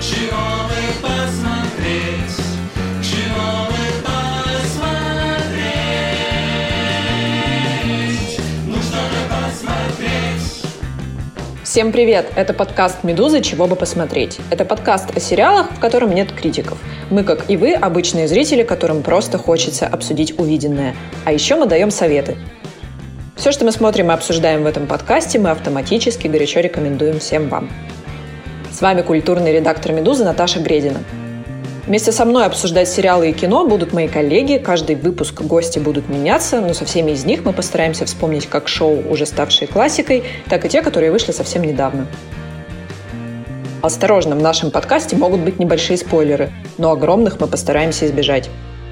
Всем привет! Это подкаст «Медузы. Чего бы посмотреть». Это подкаст о сериалах, в котором нет критиков. Мы, как и вы, обычные зрители, которым просто хочется обсудить увиденное. А еще мы даем советы. Все, что мы смотрим и обсуждаем в этом подкасте, мы автоматически горячо рекомендуем всем вам. С вами культурный редактор «Медузы» Наташа Гредина. Вместе со мной обсуждать сериалы и кино будут мои коллеги. Каждый выпуск гости будут меняться, но со всеми из них мы постараемся вспомнить как шоу, уже ставшие классикой, так и те, которые вышли совсем недавно. Осторожно, в нашем подкасте могут быть небольшие спойлеры, но огромных мы постараемся избежать.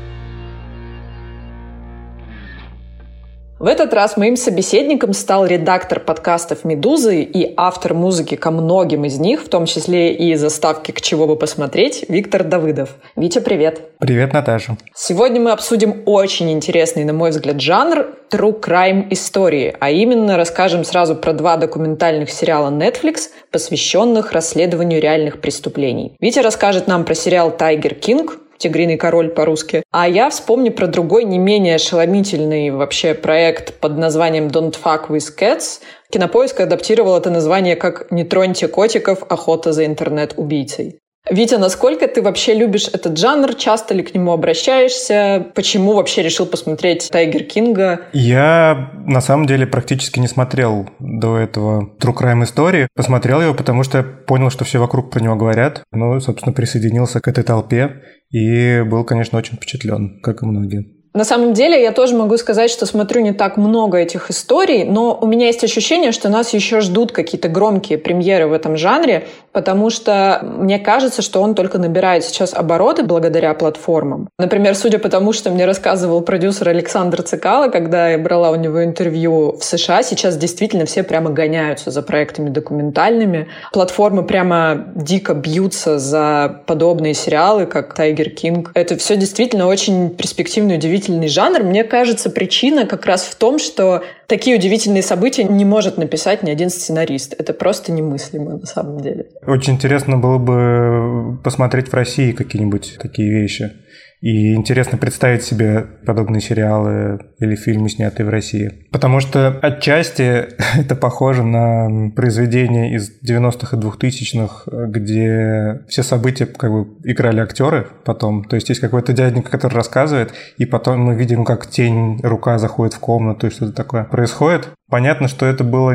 В этот раз моим собеседником стал редактор подкастов «Медузы» и автор музыки ко многим из них, в том числе и заставки «К чего бы посмотреть» Виктор Давыдов. Витя, привет! Привет, Наташа! Сегодня мы обсудим очень интересный, на мой взгляд, жанр true crime истории, а именно расскажем сразу про 2 документальных сериала Netflix, посвященных расследованию реальных преступлений. Витя расскажет нам про сериал «Тайгер Кинг», «Тигриный король» по-русски. А я вспомню про другой не менее ошеломительный вообще проект под названием «Don't fuck with cats». Кинопоиск адаптировал это название как «Не троньте котиков. Охота за интернет-убийцей». Витя, насколько ты вообще любишь этот жанр? Часто ли к нему обращаешься? Почему вообще решил посмотреть «Тайгер Кинга»? Я, на самом деле, практически не смотрел до этого True Crime истории. Посмотрел его, потому что понял, что все вокруг про него говорят. Ну, собственно, присоединился к этой толпе и был, конечно, очень впечатлен, как и многие. На самом деле, я тоже могу сказать, что смотрю не так много этих историй, но у меня есть ощущение, что нас еще ждут какие-то громкие премьеры в этом жанре, потому что мне кажется, что он только набирает сейчас обороты благодаря платформам. Например, судя по тому, что мне рассказывал продюсер Александр Цикало, когда я брала у него интервью в США, сейчас действительно все прямо гоняются за проектами документальными. Платформы прямо дико бьются за подобные сериалы, как «Тайгер Кинг». Это все действительно очень перспективный, удивительный жанр. Мне кажется, причина как раз в том, что такие удивительные события не может написать ни один сценарист. Это просто немыслимо на самом деле. Очень интересно было бы посмотреть в России какие-нибудь такие вещи. И интересно представить себе подобные сериалы или фильмы, снятые в России. Потому что отчасти это похоже на произведения из 90-х и 2000-х, где все события как бы играли актеры потом. То есть есть какой-то дяденька, который рассказывает, и потом мы видим, как тень, рука заходит в комнату, и что-то такое происходит. Понятно, что это было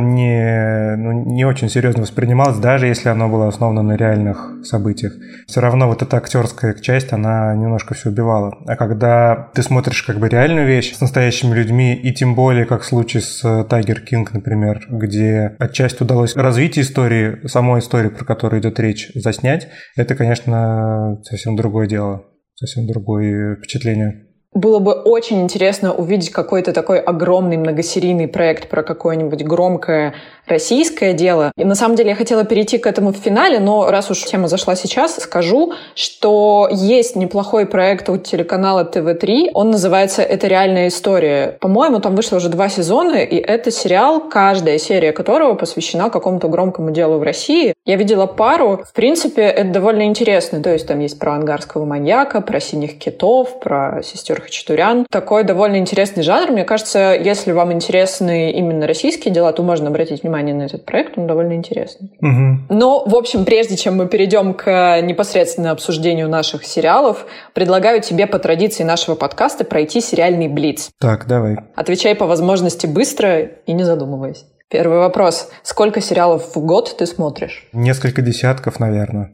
не очень серьезно воспринималось, даже если оно было основано на реальных событиях. Все равно вот эта актерская часть, она немножко все убивала. А когда ты смотришь как бы реальную вещь с настоящими людьми, и тем более, как в случае с «Тайгер Кинг», например, где отчасти удалось развить истории, самой истории, про которую идет речь, заснять, это, конечно, совсем другое дело, совсем другое впечатление. Было бы очень интересно увидеть какой-то такой огромный многосерийный проект про какое-нибудь громкое российское дело. И на самом деле я хотела перейти к этому в финале, но раз уж тема зашла сейчас, скажу, что есть неплохой проект у телеканала ТВ3. Он называется «Это реальная история». По-моему, там вышло уже 2 сезона, и это сериал, каждая серия которого посвящена какому-то громкому делу в России. Я видела пару. В принципе, это довольно интересно. То есть там есть про ангарского маньяка, про синих китов, про сестер Хачатурян. Такой довольно интересный жанр. Мне кажется, если вам интересны именно российские дела, то можно обратить внимание на этот проект. Он довольно интересный. Угу. Но, в общем, прежде чем мы перейдем к непосредственно обсуждению наших сериалов, предлагаю тебе по традиции нашего подкаста пройти сериальный блиц. Так, давай. Отвечай по возможности быстро и не задумываясь. Первый вопрос. Сколько сериалов в год ты смотришь? Несколько десятков, наверное.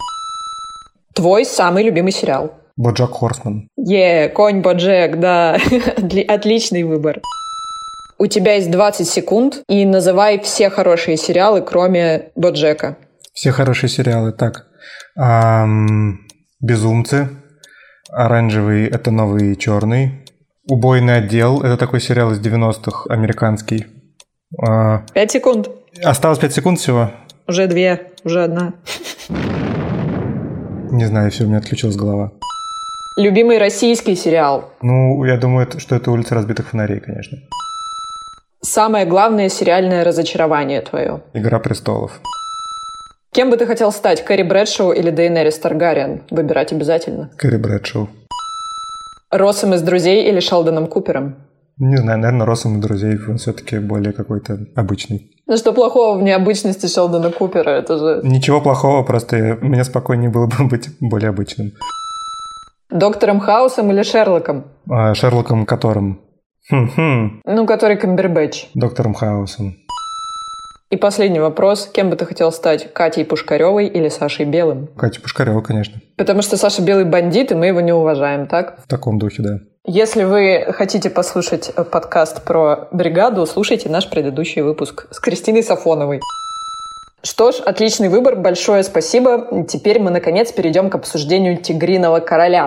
Твой самый любимый сериал? «Боджек Хорсман». Конь Боджек, да. Отличный выбор. У тебя есть 20 секунд, и называй все хорошие сериалы, кроме Боджека. Все хорошие сериалы. Так. «Безумцы». «Оранжевый» — это новый черный. «Убойный отдел» — это такой сериал из 90-х, американский. 5 секунд. Осталось 5 секунд всего? Уже 2, уже 1. Не знаю, все, у меня отключилась голова. Любимый российский сериал? Ну, я думаю, что это «Улица разбитых фонарей», конечно. Самое главное сериальное разочарование твое? «Игра престолов». Кем бы ты хотел стать, Кэрри Брэдшоу или Дейенерис Таргариен? Выбирать обязательно. Кэрри Брэдшоу. Россом из «Друзей» или Шелдоном Купером? Не знаю, наверное, Россом из «Друзей». Он все-таки более какой-то обычный. Ну что плохого в необычности Шелдона Купера? Это же... Ничего плохого, просто мне спокойнее было бы быть более обычным. Доктором Хаусом или Шерлоком? Шерлоком которым? Ну, который Камбербэтч. Доктором Хаусом. И последний вопрос. Кем бы ты хотел стать? Катей Пушкаревой или Сашей Белым? Катя Пушкарева, конечно. Потому что Саша Белый бандит, и мы его не уважаем, так? В таком духе, да. Если вы хотите послушать подкаст про «Бригаду», слушайте наш предыдущий выпуск с Кристиной Сафоновой. Что ж, отличный выбор, большое спасибо. Теперь мы, наконец, перейдем к обсуждению «Тигриного короля».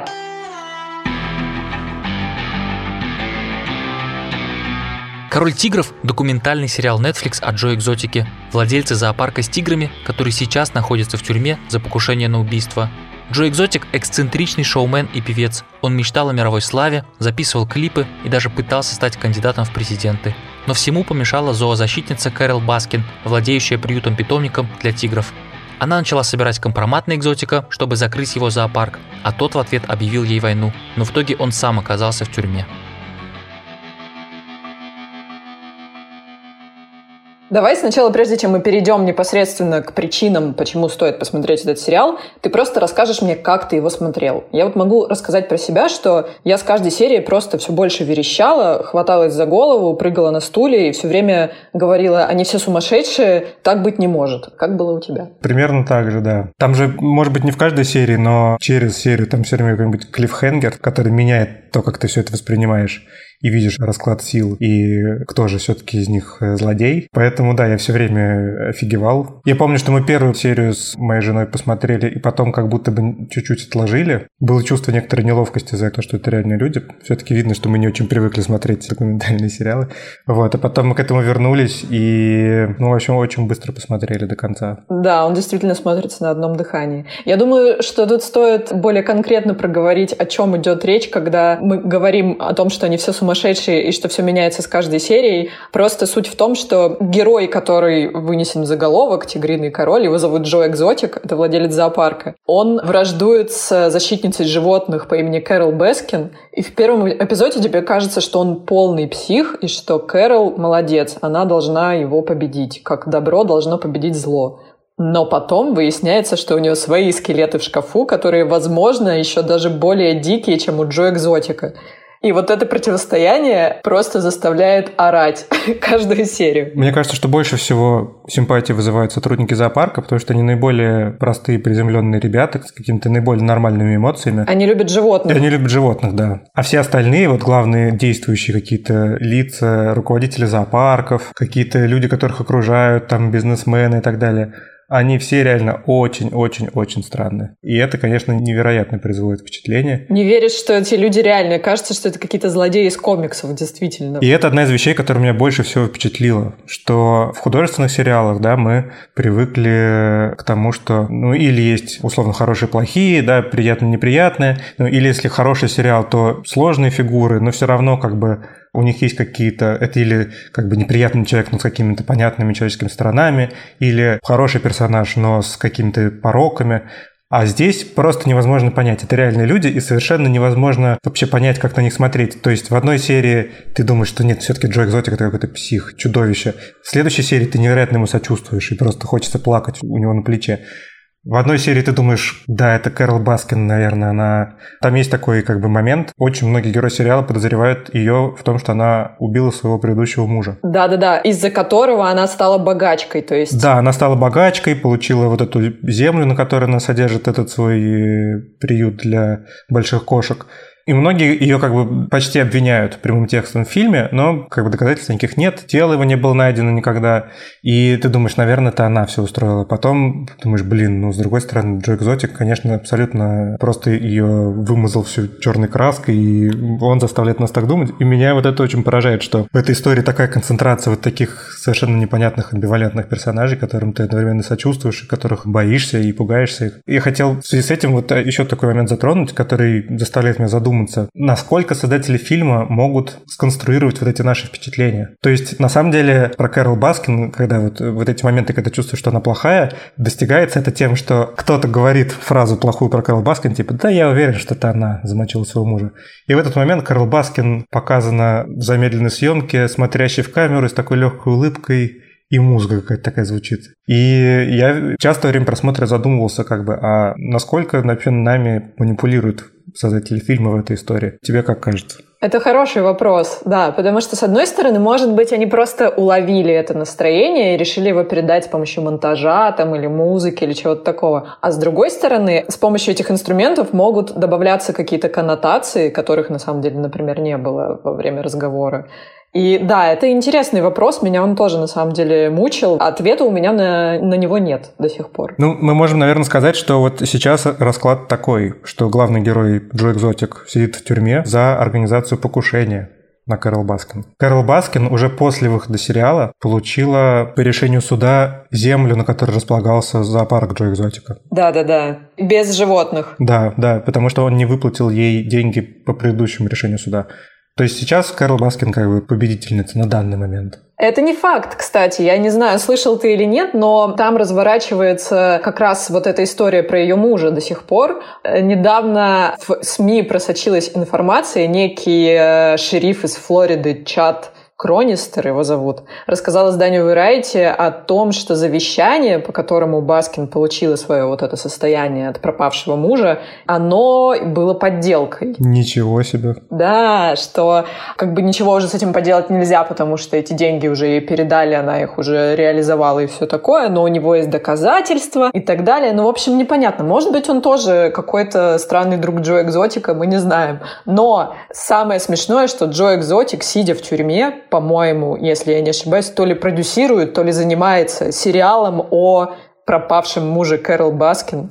«Король тигров» – документальный сериал Netflix о Джо Экзотике, владельце зоопарка с тиграми, который сейчас находится в тюрьме за покушение на убийство. Джо Экзотик – эксцентричный шоумен и певец. Он мечтал о мировой славе, записывал клипы и даже пытался стать кандидатом в президенты. Но всему помешала зоозащитница Кэрол Баскин, владеющая приютом-питомником для тигров. Она начала собирать компромат на Экзотика, чтобы закрыть его зоопарк, а тот в ответ объявил ей войну, но в итоге он сам оказался в тюрьме. Давай сначала, прежде чем мы перейдем непосредственно к причинам, почему стоит посмотреть этот сериал, ты просто расскажешь мне, как ты его смотрел. Я вот могу рассказать про себя, что я с каждой серии просто все больше верещала, хваталась за голову, прыгала на стуле и все время говорила: они все сумасшедшие, так быть не может. Как было у тебя? Примерно так же, да. Там же, может быть, не в каждой серии, но через серию там все время какой-нибудь клиффхенгер, который меняет то, как ты все это воспринимаешь. И видишь расклад сил, и кто же все-таки из них злодей. Поэтому, да, я все время офигевал. Я помню, что мы первую серию с моей женой посмотрели, и потом как будто бы чуть-чуть отложили. Было чувство некоторой неловкости за то, что это реальные люди. Все-таки видно, что мы не очень привыкли смотреть документальные сериалы. Вот, а потом мы к этому вернулись, и, в общем, очень быстро посмотрели до конца. Да, он действительно смотрится на одном дыхании. Я думаю, что тут стоит более конкретно проговорить, о чем идет речь, когда мы говорим о том, что они все сумасшедшие, и что все меняется с каждой серией. Просто суть в том, что герой, который вынесен в заголовок, «Тигриный король», его зовут Джо Экзотик, это владелец зоопарка, он враждует с защитницей животных по имени Кэрол Баскин, и в первом эпизоде тебе кажется, что он полный псих, и что Кэрол молодец, она должна его победить, как добро должно победить зло. Но потом выясняется, что у нее свои скелеты в шкафу, которые, возможно, еще даже более дикие, чем у Джо Экзотика. И вот это противостояние просто заставляет орать каждую серию. Мне кажется, что больше всего симпатии вызывают сотрудники зоопарка, потому что они наиболее простые, приземленные ребята с какими-то наиболее нормальными эмоциями. Они любят животных. И они любят животных, да. А все остальные, вот главные действующие какие-то лица, руководители зоопарков, какие-то люди, которых окружают, там бизнесмены и так далее, они все реально очень-очень-очень странные. И это, конечно, невероятно производит впечатление. Не веришь, что эти люди реальные. Кажется, что это какие-то злодеи из комиксов, действительно. И это одна из вещей, которая меня больше всего впечатлила. Что в художественных сериалах, да, мы привыкли к тому, что, или есть условно хорошие, плохие, да, приятные, неприятные. Или если хороший сериал, то сложные фигуры, но все равно как бы у них есть какие-то... Это или как бы неприятный человек, но с какими-то понятными человеческими сторонами, или хороший персонаж, но с какими-то пороками. А здесь просто невозможно понять. Это реальные люди, и совершенно невозможно вообще понять, как на них смотреть. То есть в одной серии ты думаешь, что нет, все-таки Джо Экзотик — это какой-то псих, чудовище. В следующей серии ты невероятно ему сочувствуешь, и просто хочется плакать у него на плече. В одной серии ты думаешь, да, это Кэрол Баскин, наверное, она... Там есть такой как бы момент. Очень многие герои сериала подозревают ее в том, что она убила своего предыдущего мужа. Да-да-да, из-за которого она стала богачкой, то есть... Да, она стала богачкой, получила вот эту землю, на которой она содержит этот свой приют для больших кошек. И многие ее как бы почти обвиняют прямым текстом в фильме, но как бы доказательств никаких нет, тело его не было найдено никогда, и ты думаешь, наверное, это она все устроила. Потом думаешь, с другой стороны, Джо Экзотик, конечно, абсолютно просто ее вымазал всю черной краской, и он заставляет нас так думать. И меня вот это очень поражает, что в этой истории такая концентрация вот таких совершенно непонятных, амбивалентных персонажей, которым ты одновременно сочувствуешь, и которых боишься и пугаешься их. Я хотел в связи с этим вот еще такой момент затронуть, который заставляет меня задуматься задуматься, насколько создатели фильма могут сконструировать вот эти наши впечатления. То есть, на самом деле, про Кэрол Баскин, когда вот эти моменты, когда чувствуешь, что она плохая, достигается это тем, что кто-то говорит фразу плохую про Кэрол Баскин, типа, да, я уверен, что это она замочила своего мужа. И в этот момент Кэрол Баскин показана в замедленной съемке, смотрящей в камеру с такой легкой улыбкой, и музыка какая-то такая звучит. И я часто во время просмотра задумывался, а насколько вообще нами манипулируют создатели фильма в этой истории? Тебе как кажется? Это хороший вопрос, да, потому что, с одной стороны, может быть, они просто уловили это настроение и решили его передать с помощью монтажа или музыки, или чего-то такого. А с другой стороны, с помощью этих инструментов могут добавляться какие-то коннотации, которых, на самом деле, например, не было во время разговора. И да, это интересный вопрос, меня он тоже на самом деле мучил. Ответа у меня на него нет до сих пор. Мы можем, наверное, сказать, что вот сейчас расклад такой, что главный герой Джо Экзотик сидит в тюрьме за организацию покушения на Кэрол Баскин. Кэрол Баскин уже после выхода сериала получила по решению суда землю, на которой располагался зоопарк Джо Экзотика. Да. Без животных. Да, потому что он не выплатил ей деньги по предыдущему решению суда. То есть сейчас Кэрол Баскин победительница на данный момент. Это не факт, кстати. Я не знаю, слышал ты или нет, но там разворачивается как раз вот эта история про ее мужа до сих пор. Недавно в СМИ просочилась информация, некий шериф из Флориды, Чад Кронистер его зовут, рассказал изданию Variety о том, что завещание, по которому Баскин получила свое вот это состояние от пропавшего мужа, оно было подделкой. Ничего себе. Да, что ничего уже с этим поделать нельзя, потому что эти деньги уже ей передали, она их уже реализовала и все такое, но у него есть доказательства и так далее. В общем, непонятно. Может быть, он тоже какой-то странный друг Джо Экзотика, мы не знаем. Но самое смешное, что Джо Экзотик, сидя в тюрьме, по-моему, если я не ошибаюсь, то ли продюсирует, то ли занимается сериалом о пропавшем муже Кэрол Баскин.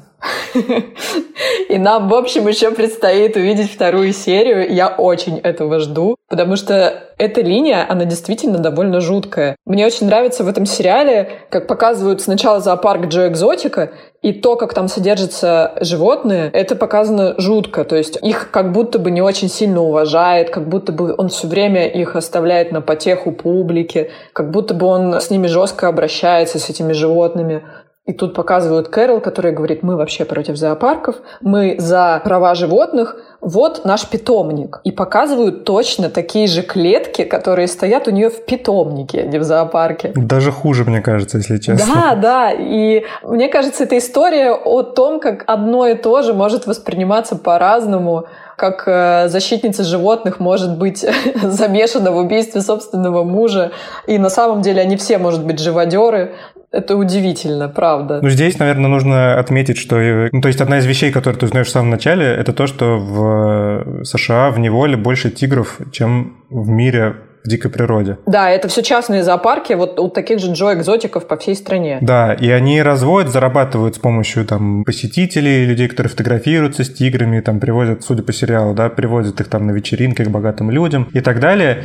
И нам, в общем, еще предстоит увидеть вторую серию. Я очень этого жду, потому что эта линия, она действительно довольно жуткая. Мне очень нравится в этом сериале, как показывают сначала зоопарк Джо Экзотика, и то, как там содержатся животные, это показано жутко. То есть их как будто бы не очень сильно уважает, как будто бы он все время их оставляет на потеху публике, как будто бы он с ними жестко обращается, с этими животными. И тут показывают Кэрол, которая говорит, мы вообще против зоопарков, мы за права животных, вот наш питомник. И показывают точно такие же клетки, которые стоят у нее в питомнике, а не в зоопарке. Даже хуже, мне кажется, если честно. Да. И мне кажется, это история о том, как одно и то же может восприниматься по-разному, как защитница животных может быть замешана в убийстве собственного мужа. И на самом деле они все, может быть, живодеры. Это удивительно, правда. Здесь, наверное, нужно отметить, что... то есть одна из вещей, которые ты узнаешь в самом начале, это то, что в США в неволе больше тигров, чем в мире в дикой природе. Да, это все частные зоопарки, вот у таких же Джо Экзотиков по всей стране. Да, и они разводят, зарабатывают с помощью посетителей, людей, которые фотографируются с тиграми, привозят, судя по сериалу, привозят их на вечеринки к богатым людям и так далее.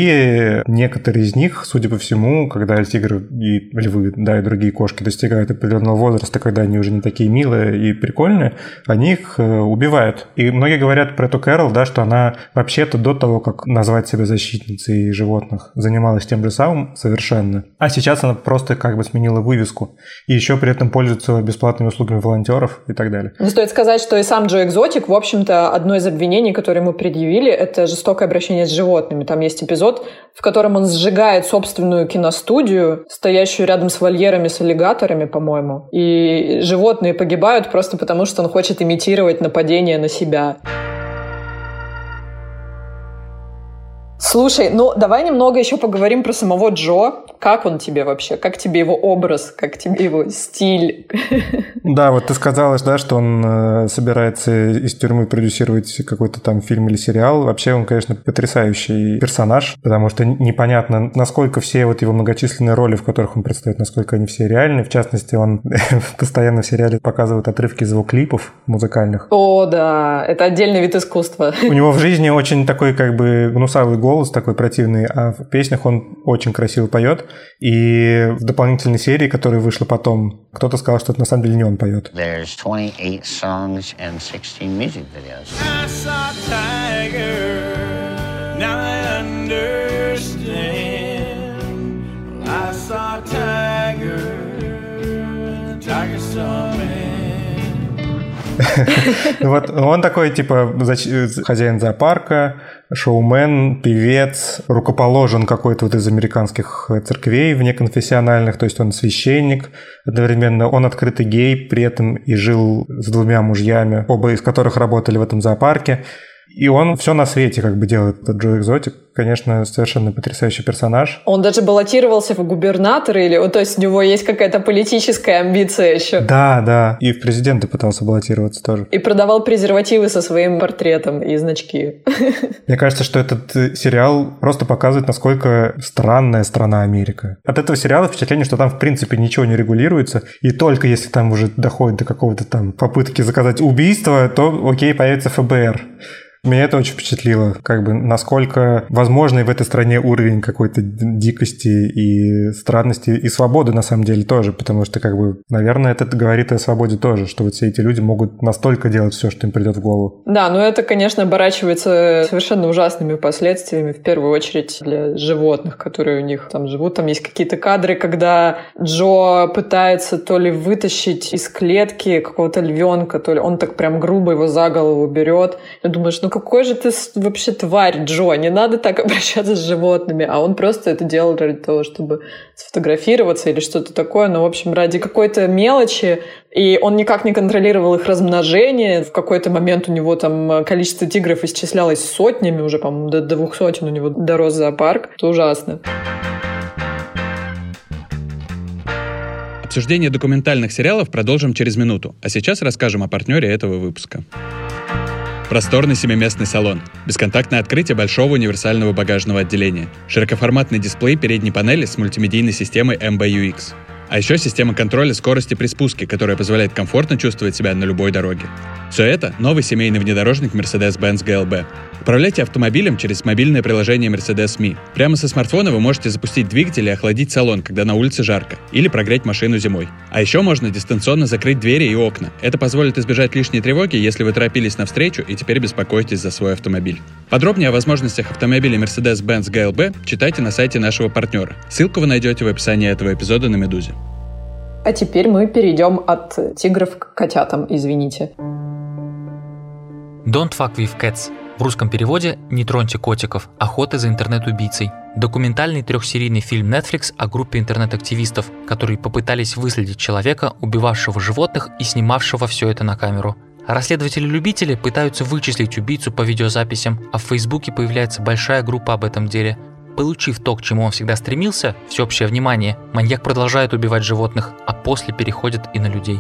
И некоторые из них, судя по всему, когда тигры и львы, и другие кошки достигают определенного возраста, когда они уже не такие милые и прикольные, они их убивают. И многие говорят про эту Кэрол, что она вообще-то до того, как назвать себя защитницей животных, занималась тем же самым совершенно. А сейчас она просто сменила вывеску. И еще при этом пользуется бесплатными услугами волонтеров и так далее. Стоит сказать, что и сам Джо Экзотик, в общем-то, одно из обвинений, которые ему предъявили, это жестокое обращение с животными. Там есть эпизод, в котором он сжигает собственную киностудию, стоящую рядом с вольерами с аллигаторами, по-моему. И животные погибают просто потому, что он хочет имитировать нападение на себя. Слушай, давай немного еще поговорим про самого Джо. Как он тебе вообще? Как тебе его образ? Как тебе его стиль? Да, вот ты сказала, что он собирается из тюрьмы продюсировать какой-то фильм или сериал. Вообще он, конечно, потрясающий персонаж, потому что непонятно, насколько все его многочисленные роли, в которых он предстоит, насколько они все реальны. В частности, он постоянно в сериале показывает отрывки из его клипов музыкальных. О, да, это отдельный вид искусства. У него в жизни очень такой гнусавый голос, голос такой противный, а в песнях он очень красиво поет. И в дополнительной серии, которая вышла потом, кто-то сказал, что это на самом деле не он поет. There's 28 songs and 16 music videos. I saw Tiger, now I understand. I saw Tiger, Tiger saw me. Вот он такой, типа, хозяин зоопарка, шоумен, певец, рукоположен какой-то вот из американских церквей внеконфессиональных, то есть он священник одновременно, он открытый гей при этом и жил с 2 мужьями, оба из которых работали в этом зоопарке. И он все на свете как бы делает, этот Джо Экзотик. Конечно, совершенно потрясающий персонаж. Он даже баллотировался в губернаторы, то есть у него есть какая-то политическая амбиция еще. Да. И в президенты пытался баллотироваться тоже. И продавал презервативы со своим портретом и значки. Мне кажется, что этот сериал просто показывает, насколько странная страна Америка. От этого сериала впечатление, что там в принципе ничего не регулируется, и только если там уже доходит до какого-то там попытки заказать убийство, то окей, появится ФБР. Меня это очень впечатлило, как бы насколько возможный в этой стране уровень какой-то дикости и странности, и свободы на самом деле тоже, потому что, как бы, наверное, это говорит о свободе тоже, что вот все эти люди могут настолько делать все, что им придет в голову. Да, но это, конечно, оборачивается совершенно ужасными последствиями, в первую очередь для животных, которые у них там живут. Там есть какие-то кадры, когда Джо пытается то ли вытащить из клетки какого-то львенка, то ли он так прям грубо его за голову берет. И думаешь, ну какой же ты вообще тварь, Джо, не надо так обращаться с животными. А он просто это делал ради того, чтобы сфотографироваться или что-то такое. Но, в общем, ради какой-то мелочи. И он никак не контролировал их размножение. В какой-то момент у него там количество тигров исчислялось сотнями, уже, по-моему, до 200 у него дорос зоопарк. Это ужасно. Обсуждение документальных сериалов продолжим через минуту. А сейчас расскажем о партнере этого выпуска. Просторный семиместный салон, бесконтактное открытие большого универсального багажного отделения, широкоформатный дисплей передней панели с мультимедийной системой MBUX. А еще система контроля скорости при спуске, которая позволяет комфортно чувствовать себя на любой дороге. Все это — новый семейный внедорожник Mercedes-Benz GLB. Управляйте автомобилем через мобильное приложение Mercedes Me. Прямо со смартфона вы можете запустить двигатель и охладить салон, когда на улице жарко, или прогреть машину зимой. А еще можно дистанционно закрыть двери и окна. Это позволит избежать лишней тревоги, если вы торопились навстречу и теперь беспокоитесь за свой автомобиль. Подробнее о возможностях автомобиля Mercedes-Benz GLB читайте на сайте нашего партнера. Ссылку вы найдете в описании этого эпизода на Медузе. А теперь мы перейдем от тигров к котятам, извините. Don't fuck with cats. В русском переводе «Не троньте котиков. Охота за интернет-убийцей». Документальный 3-серийный фильм Netflix о группе интернет-активистов, которые попытались выследить человека, убивавшего животных и снимавшего все это на камеру. Расследователи-любители пытаются вычислить убийцу по видеозаписям, а в Фейсбуке появляется большая группа об этом деле. Получив то, к чему он всегда стремился, всеобщее внимание, маньяк продолжает убивать животных, а после переходит и на людей.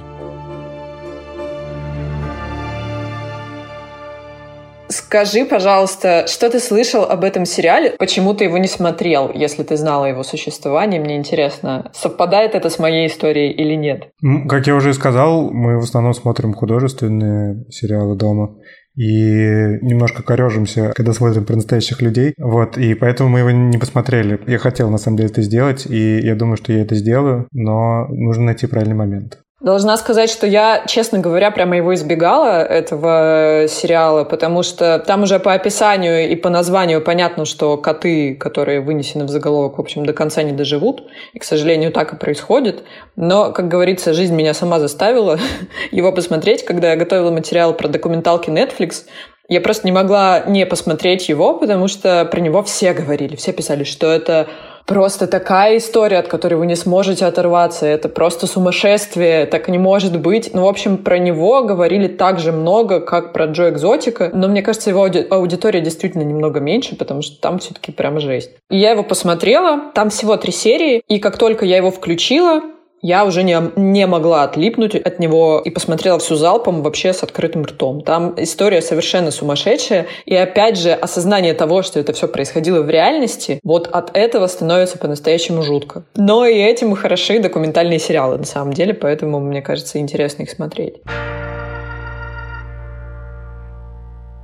Скажи, пожалуйста, что ты слышал об этом сериале? Почему ты его не смотрел, если ты знала о его существовании? Мне интересно, совпадает это с моей историей или нет? Как я уже сказал, мы в основном смотрим художественные сериалы дома. И немножко корежимся, когда смотрим про настоящих людей. Вот, и поэтому мы его не посмотрели. Я хотел, на самом деле, это сделать, и я думаю, что я это сделаю, но нужно найти правильный момент. Должна сказать, что я, честно говоря, прямо его избегала, этого сериала, потому что там уже по описанию и по названию понятно, что коты, которые вынесены в заголовок, в общем, до конца не доживут. И, к сожалению, так и происходит. Но, как говорится, жизнь меня сама заставила его посмотреть. Когда я готовила материал про документалки Netflix, я просто не могла не посмотреть его, потому что про него все говорили, все писали, что это просто такая история, от которой вы не сможете оторваться. Это просто сумасшествие, так не может быть. Ну, в общем, про него говорили так же много, как про Джо Экзотика. Но мне кажется, его аудитория действительно немного меньше, потому что там все-таки прям жесть. И я его посмотрела. Там всего 3 серии. И как только я его включила, я уже не могла отлипнуть от него и посмотрела всю залпом вообще с открытым ртом. Там история совершенно сумасшедшая. И опять же, осознание того, что это все происходило в реальности, вот от этого становится по-настоящему жутко. Но и этим хороши документальные сериалы, на самом деле, поэтому, мне кажется, интересно их смотреть.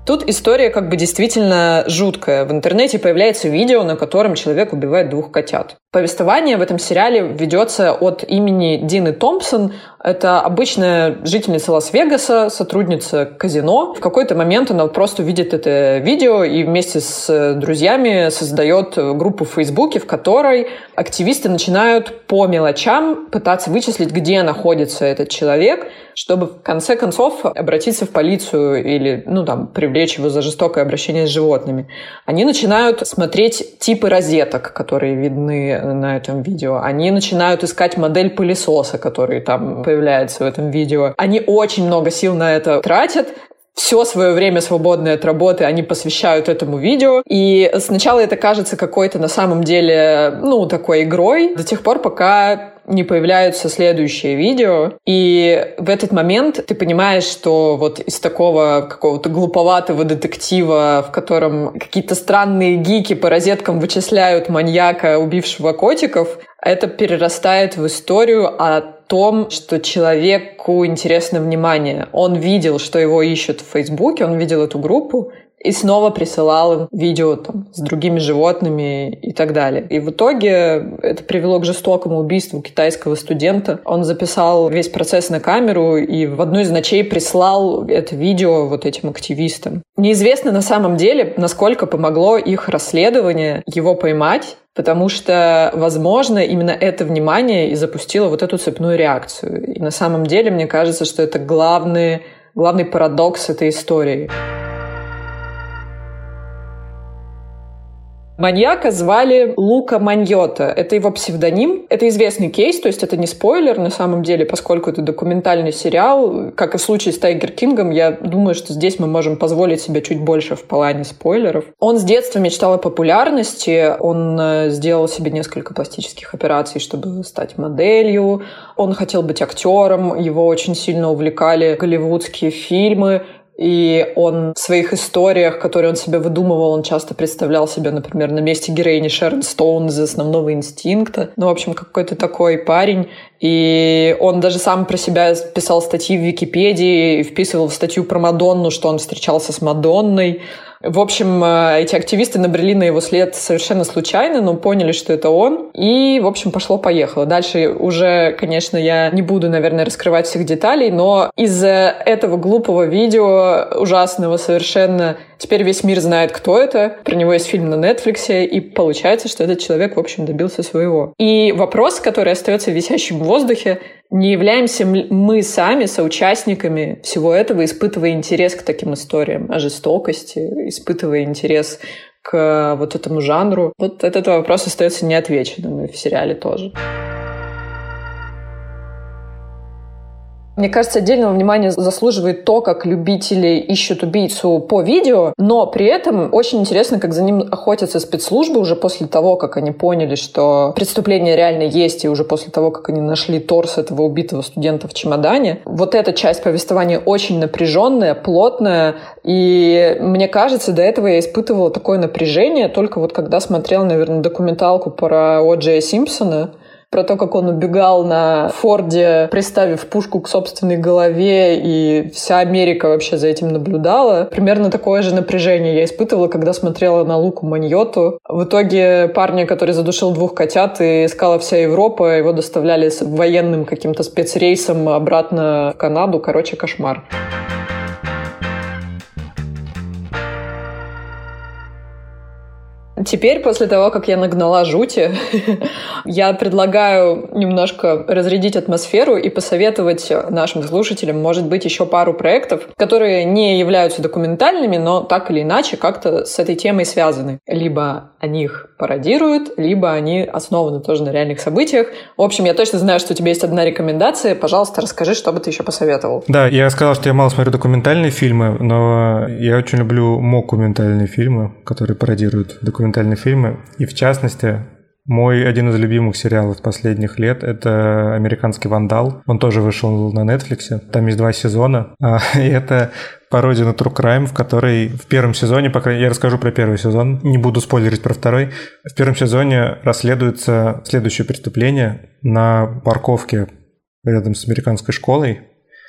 Тут история как бы действительно жуткая. В интернете появляется видео, на котором человек убивает 2 котят. Повествование в этом сериале ведется от имени Дины Томпсон. Это обычная жительница Лас-Вегаса, сотрудница казино. В какой-то момент она просто видит это видео и вместе с друзьями создает группу в Фейсбуке, в которой активисты начинают по мелочам пытаться вычислить, где находится этот человек, чтобы в конце концов обратиться в полицию или, привлечь его за жестокое обращение с животными. Они начинают смотреть типы розеток, которые видны на этом видео. Они начинают искать модель пылесоса, который там появляется в этом видео. Они очень много сил на это тратят. Все свое время, свободное от работы, они посвящают этому видео. И сначала это кажется какой-то на самом деле, такой игрой, до тех пор, пока не появляются следующие видео. И в этот момент ты понимаешь, что вот из такого какого-то глуповатого детектива, в котором какие-то странные гики по розеткам вычисляют маньяка, убившего котиков, это перерастает в историю о том, что человеку интересно внимание. Он видел, что его ищут в Фейсбуке, он видел эту группу, и снова присылал им видео с другими животными и так далее. И в итоге это привело к жестокому убийству китайского студента. Он записал весь процесс на камеру и в одну из ночей прислал это видео вот этим активистам. Неизвестно на самом деле, насколько помогло их расследование его поймать, потому что, возможно, именно это внимание и запустило вот эту цепную реакцию. И на самом деле, мне кажется, что это главный парадокс этой истории. Маньяка звали Лука Маньотто. Это его псевдоним. Это известный кейс, то есть это не спойлер на самом деле, поскольку это документальный сериал. Как и в случае с Тайгер Кингом, я думаю, что здесь мы можем позволить себе чуть больше в плане спойлеров. Он с детства мечтал о популярности. Он сделал себе несколько пластических операций, чтобы стать моделью. Он хотел быть актером. Его очень сильно увлекали голливудские фильмы. И он в своих историях, которые он себе выдумывал, он часто представлял себя, например, на месте героини Шерон Стоун из «Основного инстинкта». В общем, какой-то такой парень. И он даже сам про себя писал статьи в Википедии, вписывал в статью про Мадонну, что он встречался с Мадонной. В общем, эти активисты набрели на его след совершенно случайно, но поняли, что это он. И, в общем, пошло-поехало. Дальше уже, конечно, я не буду, наверное, раскрывать всех деталей, но из-за этого глупого видео, ужасного совершенно, теперь весь мир знает, кто это. Про него есть фильм на Netflix, и получается, что этот человек, в общем, добился своего. И вопрос, который остается висящим в воздухе: не являемся мы сами соучастниками всего этого, испытывая интерес к таким историям о жестокости, испытывая интерес к вот этому жанру? Вот этот вопрос остается неотвеченным, и в сериале тоже. Мне кажется, отдельного внимания заслуживает то, как любители ищут убийцу по видео, но при этом очень интересно, как за ним охотятся спецслужбы уже после того, как они поняли, что преступление реально есть, и уже после того, как они нашли торс этого убитого студента в чемодане. Вот эта часть повествования очень напряженная, плотная, и мне кажется, до этого я испытывала такое напряжение только вот когда смотрела, наверное, документалку про О. Джея Симпсона, про то, как он убегал на Форде, приставив пушку к собственной голове, и вся Америка вообще за этим наблюдала. Примерно такое же напряжение я испытывала, когда смотрела на Луку Маньотту. В итоге парня, который задушил 2 котят, и искала вся Европа, его доставляли с военным каким-то спецрейсом обратно в Канаду. Короче, кошмар. Теперь, после того, как я нагнала жути, я предлагаю немножко разрядить атмосферу и посоветовать нашим слушателям, может быть, еще пару проектов, которые не являются документальными, но так или иначе как-то с этой темой связаны. Либо они их пародируют, либо они основаны тоже на реальных событиях. В общем, я точно знаю, что у тебя есть одна рекомендация. Пожалуйста, расскажи, что бы ты еще посоветовал. Да, я сказал, что я мало смотрю документальные фильмы, но я очень люблю мокументальные фильмы, которые пародируют документальные фильмы. И в частности, мой один из любимых сериалов последних лет — это «Американский вандал». Он тоже вышел на Netflix. Там есть 2 сезона. И это пародия на True Crime, в которой в первом сезоне, я расскажу про первый сезон, не буду спойлерить про второй. В первом сезоне расследуется следующее преступление на парковке рядом с американской школой.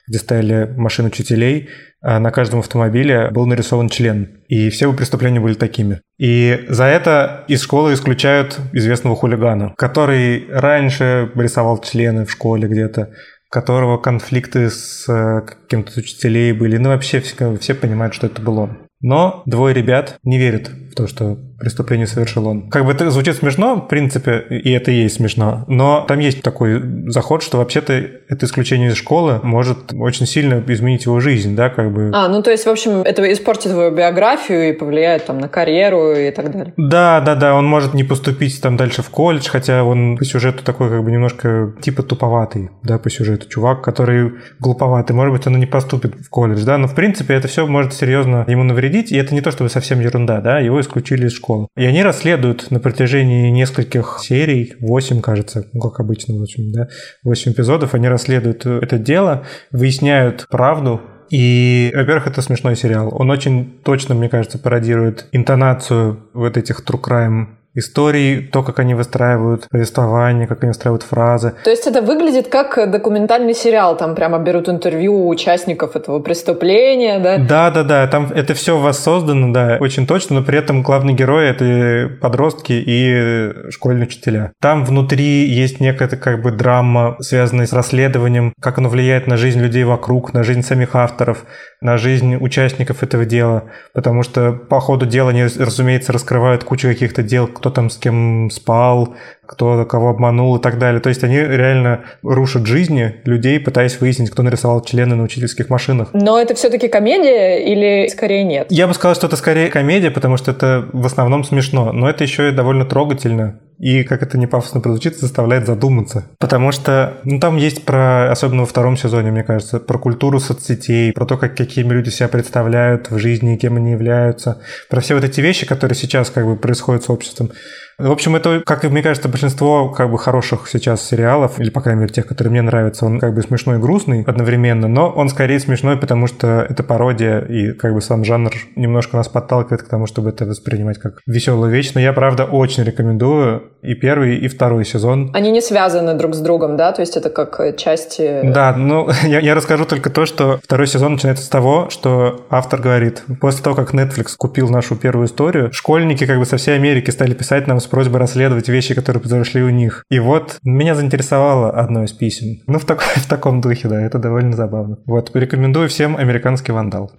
где стояли машины учителей, а на каждом автомобиле был нарисован член. И все его преступления были такими. И за это из школы исключают известного хулигана, который раньше рисовал члены в школе где-то, у которого конфликты с кем-то из учителей были. Ну, вообще все понимают, что это был он. Но двое ребят не верят в то, что преступление совершил он. Как бы это звучит смешно, в принципе, и это и есть смешно, но там есть такой заход, что вообще-то это исключение из школы может очень сильно изменить его жизнь, да, как бы. Ну то есть, в общем, это испортит его биографию и повлияет там на карьеру и так далее. Да, он может не поступить там дальше в колледж, хотя он по сюжету такой как бы немножко типа туповатый, да, по сюжету. Чувак, который глуповатый, может быть, он и не поступит в колледж, да, но в принципе это все может серьезно ему навредить, и это не то, чтобы совсем ерунда, да, его исключили из школы. И они расследуют на протяжении нескольких серий, 8, кажется, как обычно, в общем, да, 8 эпизодов, они расследуют это дело, выясняют правду. И, во-первых, это смешной сериал. Он очень точно, мне кажется, пародирует интонацию вот этих true crime историй, то, как они выстраивают повествование, как они выстраивают фразы. То есть это выглядит как документальный сериал, там прямо берут интервью у участников этого преступления, да? Да, там это все воссоздано, да, очень точно, но при этом главные герои — это подростки и школьные учителя. Там внутри есть некая как бы драма, связанная с расследованием, как оно влияет на жизнь людей вокруг, на жизнь самих авторов, на жизнь участников этого дела, потому что по ходу дела они, разумеется, раскрывают кучу каких-то дел, кто там с кем спал, кто кого обманул и так далее. То есть они реально рушат жизни людей, пытаясь выяснить, кто нарисовал члены на учительских машинах. Но это все-таки комедия или скорее нет? Я бы сказал, что это скорее комедия, потому что это в основном смешно, но это еще и довольно трогательно. И, как это не пафосно прозвучит, заставляет задуматься. Потому что там есть особенно во втором сезоне, мне кажется, про культуру соцсетей, про то, какими люди себя представляют в жизни и кем они являются, про все вот эти вещи, которые сейчас как бы происходят с обществом. В общем, это, как мне кажется, большинство как бы хороших сейчас сериалов, или, по крайней мере, тех, которые мне нравятся, он как бы смешной и грустный одновременно, но он скорее смешной, потому что это пародия, и как бы сам жанр немножко нас подталкивает к тому, чтобы это воспринимать как веселую вещь. Но я, правда, очень рекомендую и первый, и второй сезон. Они не связаны друг с другом, да? То есть это как части... Да, я расскажу только то, что второй сезон начинается с того, что автор говорит, после того, как Netflix купил нашу первую историю, школьники как бы со всей Америки стали писать нам с просьбой расследовать вещи, которые произошли у них. И вот меня заинтересовало одно из писем. В таком духе, да, это довольно забавно. Вот, рекомендую всем «Американский вандал».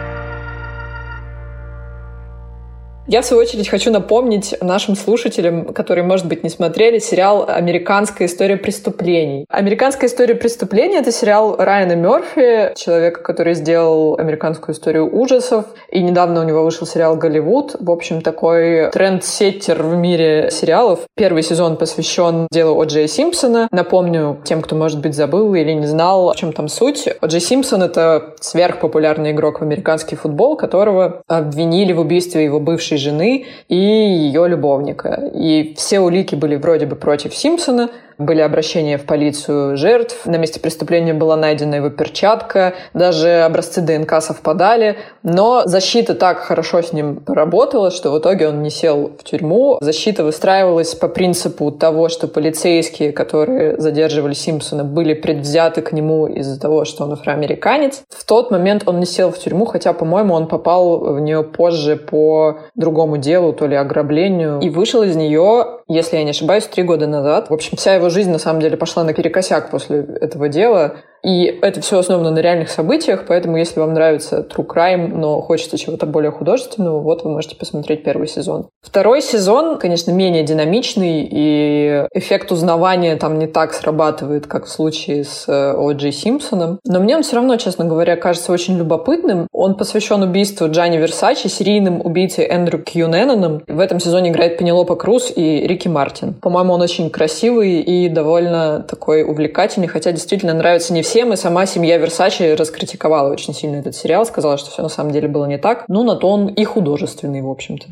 Я, в свою очередь, хочу напомнить нашим слушателям, которые, может быть, не смотрели, сериал «Американская история преступлений». «Американская история преступлений» — это сериал Райана Мерфи, человека, который сделал «Американскую историю ужасов». И недавно у него вышел сериал «Голливуд». В общем, такой трендсеттер в мире сериалов. Первый сезон посвящен делу О. Джея Симпсона. Напомню тем, кто, может быть, забыл или не знал, в чем там суть. О. Джей Симпсон — это сверхпопулярный игрок в американский футбол, которого обвинили в убийстве его бывшей жены и ее любовника. И все улики были вроде бы против Симпсона. Были обращения в полицию жертв. На месте преступления была найдена его перчатка. Даже образцы ДНК совпадали. Но защита так хорошо с ним поработала, что в итоге он не сел в тюрьму. Защита выстраивалась по принципу того, что полицейские, которые задерживали Симпсона, были предвзяты к нему из-за того, что он афроамериканец. В тот момент он не сел в тюрьму, хотя, по-моему, он попал в нее позже по другому делу, то ли ограблению. И вышел из нее, если я не ошибаюсь, 3 года назад. В общем, вся его жизнь, на самом деле, пошла наперекосяк после этого дела. И это все основано на реальных событиях, поэтому если вам нравится true crime, но хочется чего-то более художественного, вот вы можете посмотреть первый сезон. Второй сезон, конечно, менее динамичный, и эффект узнавания там не так срабатывает, как в случае с О. Джей Симпсоном. Но мне он все равно, честно говоря, кажется очень любопытным. Он посвящен убийству Джанни Версачи, серийным убийцей Эндрю Кьюненаном. В этом сезоне играет Пенелопа Круз и Рики Мартин. По-моему, он очень красивый и довольно такой увлекательный, хотя действительно нравится не всем. И сама семья Версачи раскритиковала очень сильно этот сериал, сказала, что все на самом деле было не так. Ну, на то он и художественный, в общем-то.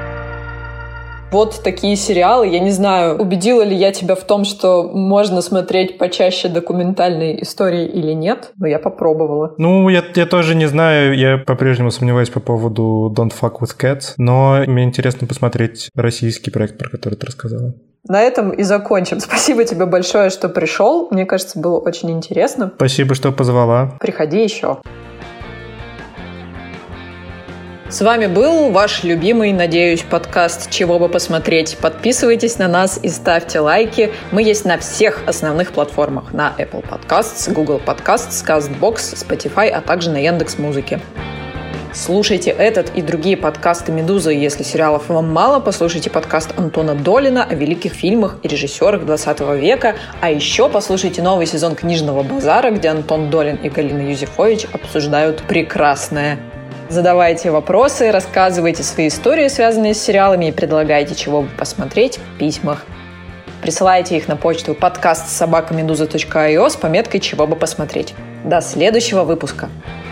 Вот такие сериалы. Я не знаю, убедила ли я тебя в том, что можно смотреть почаще документальные истории или нет, но я попробовала. Я тоже не знаю. Я по-прежнему сомневаюсь по поводу Don't Fuck With Cats, но мне интересно посмотреть российский проект, про который ты рассказала. На этом и закончим. Спасибо тебе большое, что пришел. Мне кажется, было очень интересно. Спасибо, что позвала. Приходи еще. С вами был ваш любимый, надеюсь, подкаст «Чего бы посмотреть». Подписывайтесь на нас и ставьте лайки. Мы есть на всех основных платформах. На Apple Podcasts, Google Podcasts, CastBox, Spotify, а также на Яндекс.Музыке. Слушайте этот и другие подкасты «Медузы». Если сериалов вам мало, послушайте подкаст Антона Долина о великих фильмах и режиссерах 20 века. А еще послушайте новый сезон «Книжного базара», где Антон Долин и Галина Юзефович обсуждают прекрасное. Задавайте вопросы, рассказывайте свои истории, связанные с сериалами, и предлагайте, чего бы посмотреть в письмах. Присылайте их на почту podcast@meduza.io с пометкой «Чего бы посмотреть». До следующего выпуска!